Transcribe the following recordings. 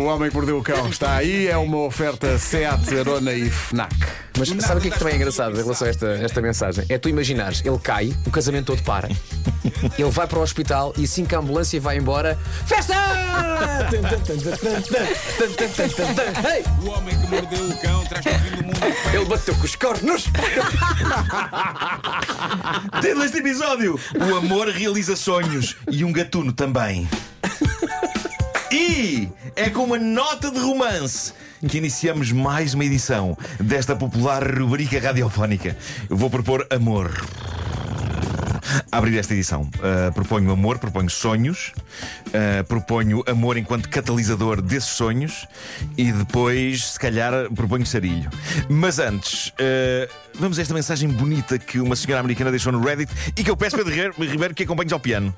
Homem que Mordeu o Cão está aí, é uma oferta SEAT, Arona e FNAC. Mas sabe o que é que também é engraçado em relação a esta mensagem? É tu imaginares, ele cai, o casamento todo para, ele vai para o hospital e assim que a ambulância vai embora, festa! Hey! O Homem que Mordeu o Cão traz-te o fim do mundo. Ele bateu com os cornos! Título deste episódio: O amor realiza sonhos e um gatuno também. E é com uma nota de romance que iniciamos mais uma edição desta popular rubrica radiofónica. Eu vou propor amor. A abrir esta edição, proponho amor, proponho sonhos, proponho amor enquanto catalisador desses sonhos e depois, se calhar, proponho sarilho. Mas antes, vamos a esta mensagem bonita que uma senhora americana deixou no Reddit e que eu peço a Pedro Ribeiro que acompanhes ao piano.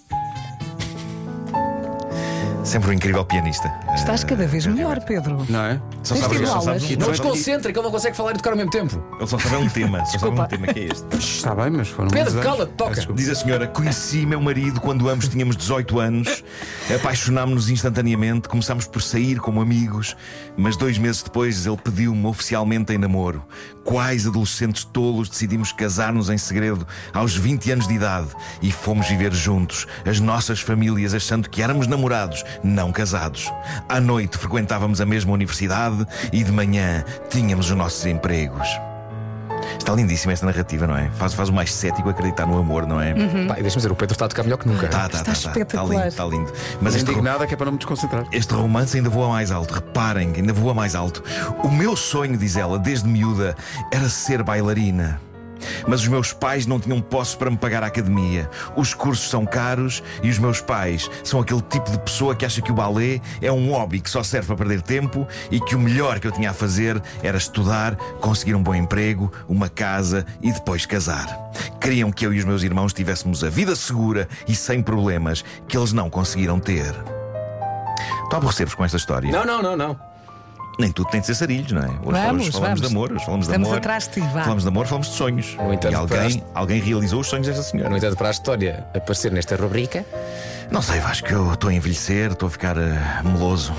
Sempre um incrível pianista. Estás cada vez melhor, Pedro. Não é? Só Tens sabes- tido só sabes- aulas? Não desconcentra, que ele não consegue falar e tocar ao mesmo tempo. Ele só sabe um tema. Só sabe um tema que é este. Está bem, mas foram Pedro, muitos anos. cala-te, toca. Peço desculpa. Diz a senhora: conheci meu marido quando ambos tínhamos 18 anos. Apaixonámos-nos instantaneamente. Começámos por sair como amigos. Mas 2 meses depois ele pediu-me oficialmente em namoro. Quais adolescentes tolos decidimos casar-nos em segredo aos 20 anos de idade. E fomos viver juntos, as nossas famílias achando que éramos namorados, não casados. À noite frequentávamos a mesma universidade e de manhã tínhamos os nossos empregos. Está lindíssima esta narrativa, não é? Faz o mais cético acreditar no amor, não é? Pá, e deixa-me dizer, o Pedro está a tocar melhor que nunca. Está espetacular. lindo, está lindo. Mas este Indignada que é para não me desconcentrar. este romance ainda voa mais alto. Reparem, ainda voa mais alto. O meu sonho, diz ela, desde miúda, era ser bailarina. Mas os meus pais não tinham posses para me pagar a academia. Os cursos são caros e os meus pais são aquele tipo de pessoa que acha que o balé é um hobby que só serve para perder tempo e que o melhor que eu tinha a fazer era estudar, conseguir um bom emprego, uma casa e depois casar. Queriam que eu e os meus irmãos tivéssemos a vida segura e sem problemas que eles não conseguiram ter. Estou a aborrecer-vos com esta história. Não. Nem tudo tem de ser sarilhos, não é? Hoje Vamos, falamos de vamos. amor, hoje falamos de Estamos amor. atrás de ti, vá. Falamos de amor, falamos de sonhos. No entanto, E alguém realizou os sonhos desta senhora. No entanto, para a história aparecer nesta rubrica, Não sei, Vasco, eu estou a envelhecer, estou a ficar meloso.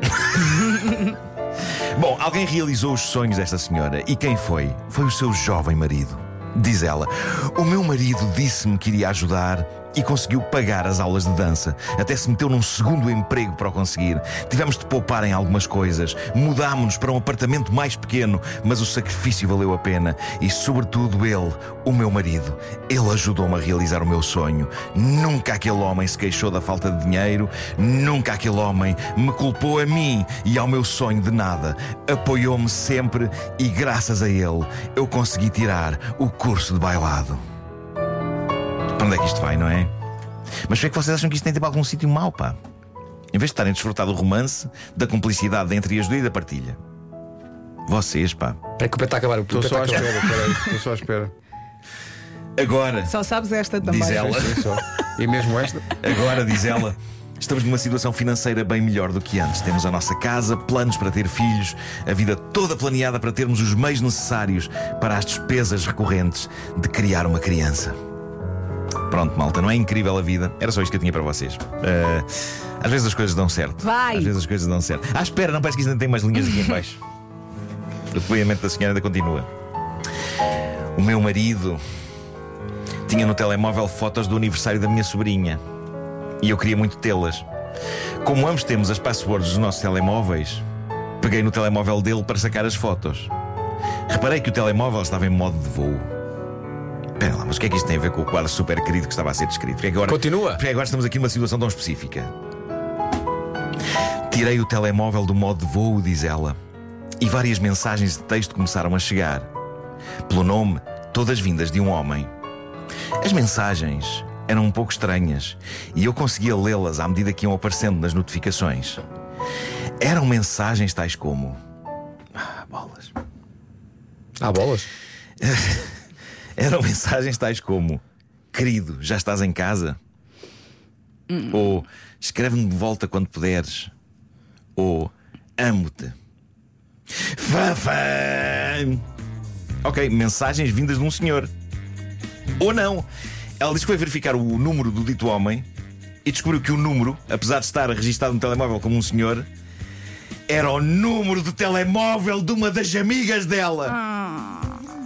Bom, alguém realizou os sonhos desta senhora. E quem foi? Foi o seu jovem marido. Diz ela: o meu marido disse-me que iria ajudar e conseguiu pagar as aulas de dança. Até se meteu num segundo emprego para o conseguir. Tivemos de poupar em algumas coisas. Mudámos-nos para um apartamento mais pequeno, mas o sacrifício valeu a pena. E sobretudo ele, o meu marido, ele ajudou-me a realizar o meu sonho. Nunca aquele homem se queixou da falta de dinheiro. Nunca aquele homem me culpou a mim e ao meu sonho de nada. Apoiou-me sempre e graças a ele eu consegui tirar o curso de bailado. Para onde é que isto vai, não é? Mas por que vocês acham que isto tem tipo algum sítio mau, pá? Em vez de estarem a desfrutar do romance, da cumplicidade, da entreajuda e da partilha. Vocês, pá. para que o Pedro está a acabar. Estou só à espera, peraí, estou só à espera. Agora, Só sabes esta também. diz ela, Sim, só. E mesmo esta? agora, diz ela, estamos numa situação financeira bem melhor do que antes. Temos a nossa casa, planos para ter filhos, a vida toda planeada para termos os meios necessários para as despesas recorrentes de criar uma criança. Pronto, malta, não é incrível a vida? Era só isto que eu tinha para vocês. Às vezes as coisas dão certo. Vai. Às vezes as coisas dão certo. Espera, não parece que isto ainda tem mais linhas aqui em baixo. O depoimento da senhora ainda continua. O meu marido tinha no telemóvel fotos do aniversário da minha sobrinha e eu queria muito tê-las. Como ambos temos as passwords dos nossos telemóveis, peguei no telemóvel dele para sacar as fotos. Reparei que o telemóvel estava em modo de voo. Espera lá, mas o que é que isto tem a ver com o quadro super querido que estava a ser descrito? Porque agora, Continua. Porque agora estamos aqui numa situação tão específica. Tirei o telemóvel do modo de voo, diz ela, e várias mensagens de texto começaram a chegar. Pelo nome, todas vindas de um homem. As mensagens eram um pouco estranhas e eu conseguia lê-las à medida que iam aparecendo nas notificações. Eram mensagens tais como: bolas. Há bolas? Eram mensagens tais como: querido, já estás em casa? Ou escreve-me de volta quando puderes. Ou amo-te. Fafã! Ok, mensagens vindas de um senhor. Ou não. Ela disse que foi verificar o número do dito homem e descobriu que o número, apesar de estar registado no telemóvel como um senhor, Era o número do telemóvel de uma das amigas dela.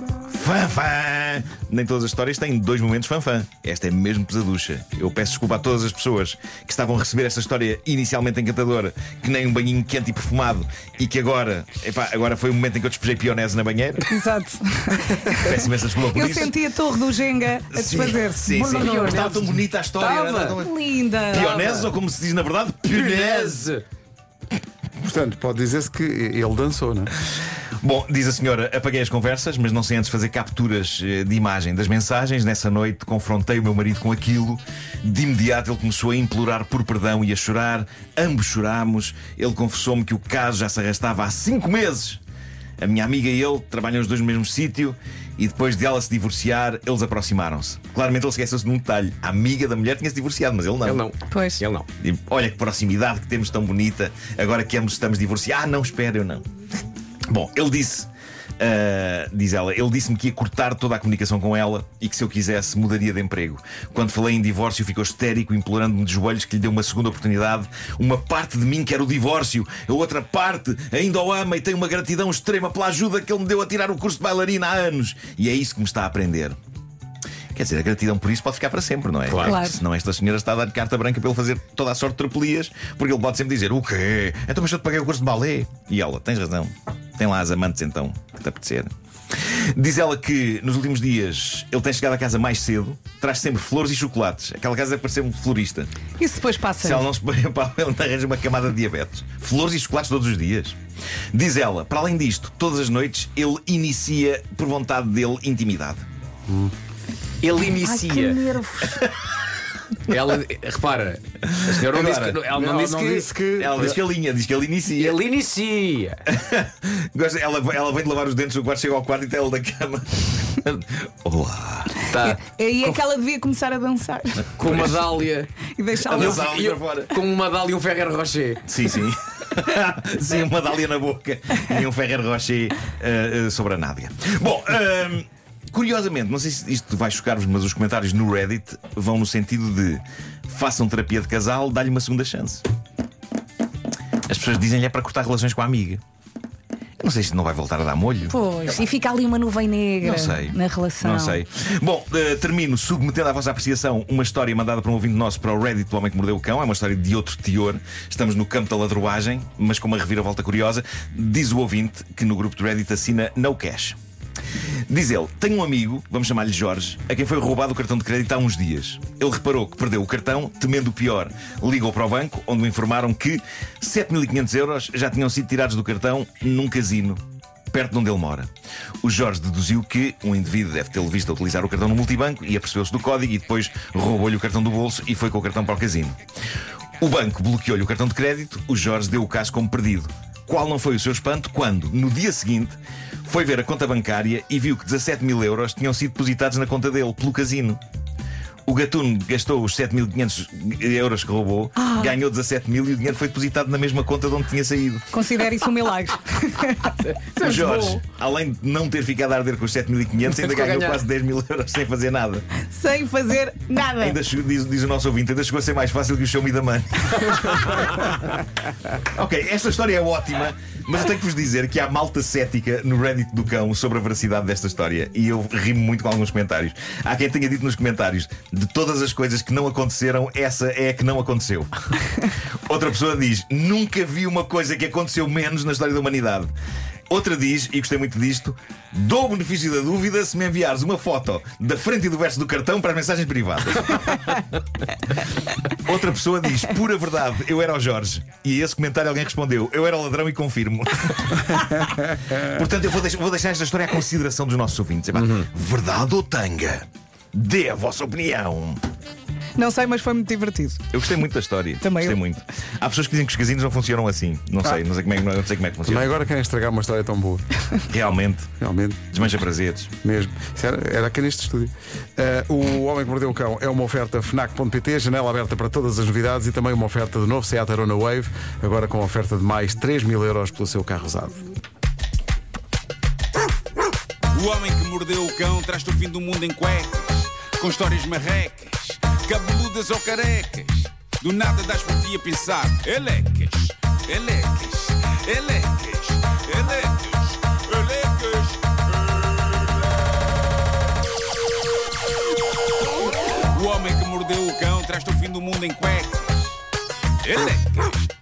Fã-fã! Nem todas as histórias têm 2 momentos fã-fã. Esta é mesmo pesaducha. Eu peço desculpa a todas as pessoas que estavam a receber esta história inicialmente encantadora, que nem um banhinho quente e perfumado, e que agora foi o momento em que eu despejei pionese na banheira. Exato. Peço imensa desculpa por Eu isso. senti a torre do Jenga a desfazer-se. Sim. Estava tão bonita a história. Estava linda. Pionese, ou como se diz na verdade, pionese. Portanto, pode dizer-se que ele dançou, não é? Bom, diz a senhora, apaguei as conversas, mas não sem antes fazer capturas de imagem das mensagens. Nessa noite confrontei o meu marido com aquilo. De imediato ele começou a implorar por perdão e a chorar. Ambos chorámos. Ele confessou-me que o caso já se arrastava há 5 meses. A minha amiga e ele trabalham os dois no mesmo sítio e depois de ela se divorciar, eles aproximaram-se. Claramente ele esqueceu-se de um detalhe. A amiga da mulher tinha-se divorciado, mas ele não. Ele não. Pois. Ele não. E, olha que proximidade que temos tão bonita. Agora que ambos estamos divorciados. Não, espera, eu não. Bom, ele disse, diz ela, ele disse-me que ia cortar toda a comunicação com ela e que se eu quisesse mudaria de emprego. Quando falei em divórcio ficou histérico, implorando-me de joelhos que lhe dê uma segunda oportunidade. Uma parte de mim quer o divórcio, a outra parte ainda o ama e tem uma gratidão extrema pela ajuda que ele me deu a tirar o curso de bailarina há anos. E é isso que me está a aprender. Quer dizer, a gratidão por isso pode ficar para sempre, não é? Claro. Senão esta senhora está a dar carta branca para ele fazer toda a sorte de tropelias, porque ele pode sempre dizer: o quê? Então mas eu te paguei o curso de balé. E ela, tens razão. Tem lá as amantes então, que te apetecer. Diz ela que nos últimos dias ele tem chegado a casa mais cedo, traz sempre flores e chocolates. Aquela casa deve parecer um florista. Isso depois passa. Se ela não se põe a pau, ele arranja uma camada de diabetes. Flores e chocolates todos os dias. Diz ela, para além disto, todas as noites ele inicia, por vontade dele, intimidade. Ele Ai, que inicia. nervos. Ela, repara, a senhora não disse que. Ela não disse que. Ela diz que ele diz que ele inicia. Ele inicia. Ela vem de lavar os dentes no quarto, chega ao quarto e está ele da cama. Olá. Tá. Aí é que ela devia começar a dançar Com uma dália. e deixá-la. Mas há ali para fora. Com uma dália e um Ferrero Rocher. Sim. Sim, uma dália na boca e um Ferrero Rocher sobre a nádega. Bom, curiosamente, não sei se isto vai chocar-vos, mas os comentários no Reddit vão no sentido de: façam terapia de casal, dá-lhe uma segunda chance. As pessoas dizem-lhe é para cortar relações com a amiga. Eu não sei se não vai voltar a dar molho. Pois, e fica ali uma nuvem negra Não sei. na relação. Não sei. Bom, termino submetendo à vossa apreciação uma história mandada por um ouvinte nosso para o Reddit do Homem que Mordeu o Cão. É uma história de outro teor. Estamos no campo da ladruagem, mas com uma reviravolta curiosa. Diz o ouvinte que no grupo do Reddit assina No Cash. Diz ele, tenho um amigo, vamos chamar-lhe Jorge, a quem foi roubado o cartão de crédito há uns dias. Ele reparou que perdeu o cartão, temendo o pior. Ligou para o banco, onde o informaram que 7.500 euros já tinham sido tirados do cartão num casino perto de onde ele mora. O Jorge deduziu que um indivíduo deve tê-lo visto a utilizar o cartão no multibanco e apercebeu-se do código e depois roubou-lhe o cartão do bolso e foi com o cartão para o casino. O banco bloqueou-lhe o cartão de crédito, o Jorge deu o caso como perdido. Qual não foi o seu espanto quando, no dia seguinte, foi ver a conta bancária e viu que 17.000 euros tinham sido depositados na conta dele pelo casino. O gatuno gastou os 7.500 euros que roubou, ganhou 17.000 e o dinheiro foi depositado na mesma conta de onde tinha saído. Considere isso um milagre. O Jorge, além de não ter ficado a arder com os 7.500, ainda ganhou quase 10.000 euros sem fazer nada. Sem fazer nada. Ainda chegou, diz o nosso ouvinte, ainda chegou a ser mais fácil que o Show Me the Money. Ok, esta história é ótima, mas eu tenho que vos dizer que há malta cética no Reddit do Cão sobre a veracidade desta história. E eu rimo muito com alguns comentários. Há quem tenha dito nos comentários: de todas as coisas que não aconteceram, essa é a que não aconteceu. Outra pessoa diz: nunca vi uma coisa que aconteceu menos na história da humanidade. Outra diz, e gostei muito disto: dou o benefício da dúvida se me enviares uma foto da frente e do verso do cartão para as mensagens privadas. Outra pessoa diz: pura verdade, eu era o Jorge. E a esse comentário alguém respondeu: eu era o ladrão e confirmo. Portanto, eu vou deixar esta história à consideração dos nossos ouvintes. Verdade ou tanga? Dê a vossa opinião. Não sei, mas foi muito divertido. Eu gostei muito da história. Também gostei eu. muito. Há pessoas que dizem que os casinos não funcionam assim. Não sei como é que Também funciona. agora querem estragar uma história tão boa. Realmente, Realmente, desmancha prazeres. mesmo. Isso era aqui neste estúdio. O Homem que Mordeu o Cão é uma oferta FNAC.pt, janela aberta para todas as novidades e também uma oferta de novo Seat Arona Wave, agora com oferta de mais 3.000 euros pelo seu carro usado. O homem que mordeu o cão traz-te o fim do mundo em cuecas, com histórias marrecas, cabeludas ou carecas. Do nada das por ti a pensar: elecas, elecas, Elecas, elecas, elecas. O homem que mordeu o cão traz-te o fim do mundo em cuecas. Elecas.